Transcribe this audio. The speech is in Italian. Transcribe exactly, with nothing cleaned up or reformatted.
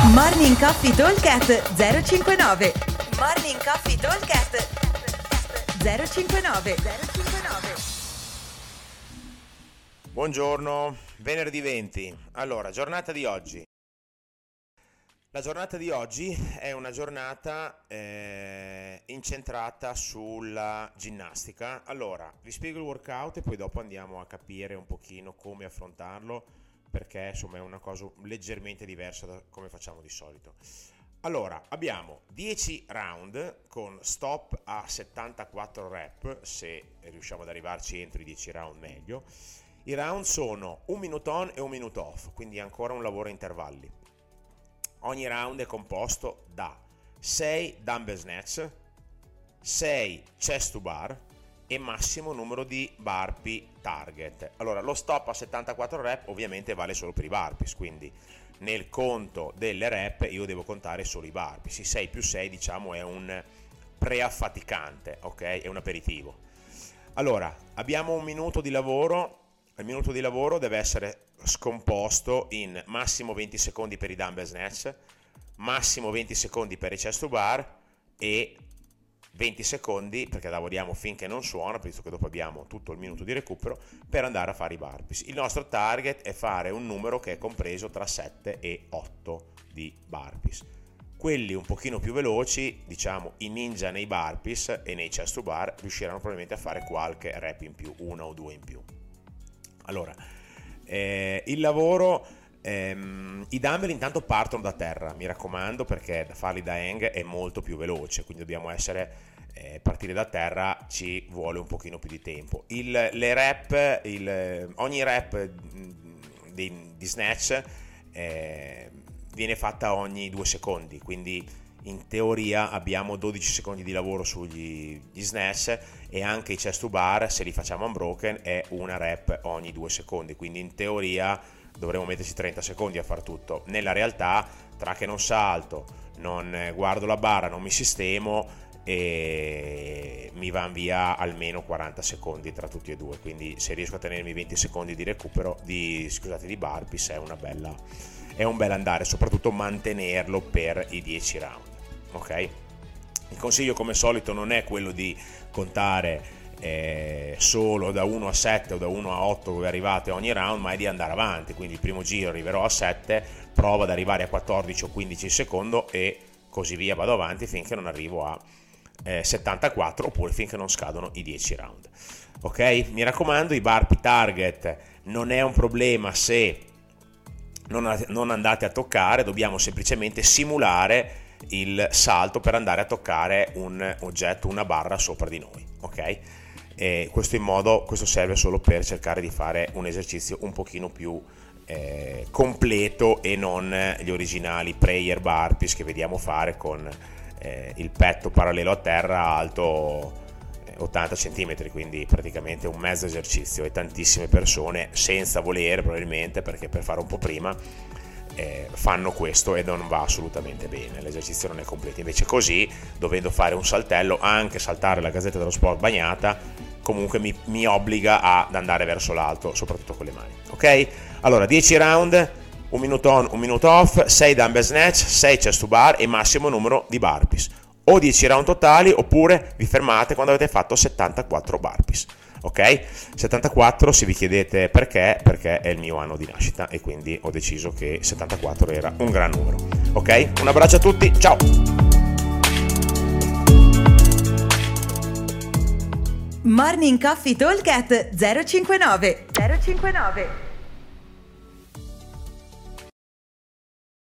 Morning Coffee Talkcast zero cinquantanove. Morning Coffee Talkcast zero cinquantanove. zero cinquantanove. Buongiorno, venerdì venti. Allora, giornata di oggi. La giornata di oggi è una giornata eh, incentrata sulla ginnastica. Allora, vi spiego il workout e poi dopo andiamo a capire un pochino come affrontarlo, perché insomma è una cosa leggermente diversa da come facciamo di solito. Allora, abbiamo dieci round con stop a settantaquattro rep, se riusciamo ad arrivarci entro i dieci round meglio. I round sono un minuto on e un minuto off, quindi ancora un lavoro a intervalli. Ogni round è composto da sei dumbbell snatch, sei chest to bar e massimo numero di burpee target. Allora, lo stop a settantaquattro rep ovviamente vale solo per i burpees, quindi nel conto delle rep io devo contare solo i burpees. I sei più sei diciamo è un preaffaticante, ok? È un aperitivo. Allora, abbiamo un minuto di lavoro. Il minuto di lavoro deve essere scomposto in massimo venti secondi per i dumbbell snatch, massimo venti secondi per i chest to bar e venti secondi, perché lavoriamo finché non suona, visto che dopo abbiamo tutto il minuto di recupero, per andare a fare i burpees. Il nostro target è fare un numero che è compreso tra sette e otto di burpees. Quelli un pochino più veloci, diciamo i ninja nei burpees e nei chest to bar, riusciranno probabilmente a fare qualche rep in più, una o due in più. Allora, eh, il lavoro, ehm, i dumbbell intanto partono da terra, mi raccomando, perché da farli da hang è molto più veloce, quindi dobbiamo essere, eh, partire da terra ci vuole un pochino più di tempo. Il, le rep, il, ogni rep di, di snatch eh, viene fatta ogni due secondi, quindi in teoria abbiamo dodici secondi di lavoro sugli gli snatch e anche i chest to bar, se li facciamo unbroken, è una rep ogni due secondi, quindi in teoria dovremo metterci trenta secondi a far tutto. Nella realtà, tra che non salto, non guardo la barra, non mi sistemo, e mi van via almeno quaranta secondi tra tutti e due, quindi se riesco a tenermi venti secondi di recupero di scusate di burpees è una bella è un bel andare, soprattutto mantenerlo per i dieci round. Ok? Il consiglio come solito non è quello di contare eh, solo da uno a sette o da uno a otto dove arrivate ogni round, ma è di andare avanti, quindi il primo giro arriverò a sette, prova ad arrivare a quattordici o quindici il secondo e così via, vado avanti finché non arrivo a eh, settantaquattro oppure finché non scadono i dieci round. Ok? Mi raccomando, i burpee target non è un problema se non, non andate a toccare, dobbiamo semplicemente simulare il salto per andare a toccare un oggetto, una barra sopra di noi, ok? E questo in modo, questo serve solo per cercare di fare un esercizio un pochino più eh, completo e non gli originali prayer burpees che vediamo fare con eh, il petto parallelo a terra alto eh, ottanta centimetri, quindi praticamente un mezzo esercizio, e tantissime persone senza volere probabilmente, perché per fare un po' prima Eh, fanno questo e non va assolutamente bene, l'esercizio non è completo. Invece così, dovendo fare un saltello, anche saltare la Gazzetta dello Sport bagnata comunque mi, mi obbliga ad andare verso l'alto, soprattutto con le mani. Ok? Allora, dieci round, un minuto on, un minuto off, sei dumbbell snatch, sei chest to bar e massimo numero di burpees, o dieci round totali oppure vi fermate quando avete fatto settantaquattro burpees. Ok? settantaquattro, se vi chiedete perché, perché è il mio anno di nascita e quindi ho deciso che settantaquattro era un gran numero. Ok? Un abbraccio a tutti, ciao! Morning Coffee Talkcast zero cinquantanove. zero cinquantanove.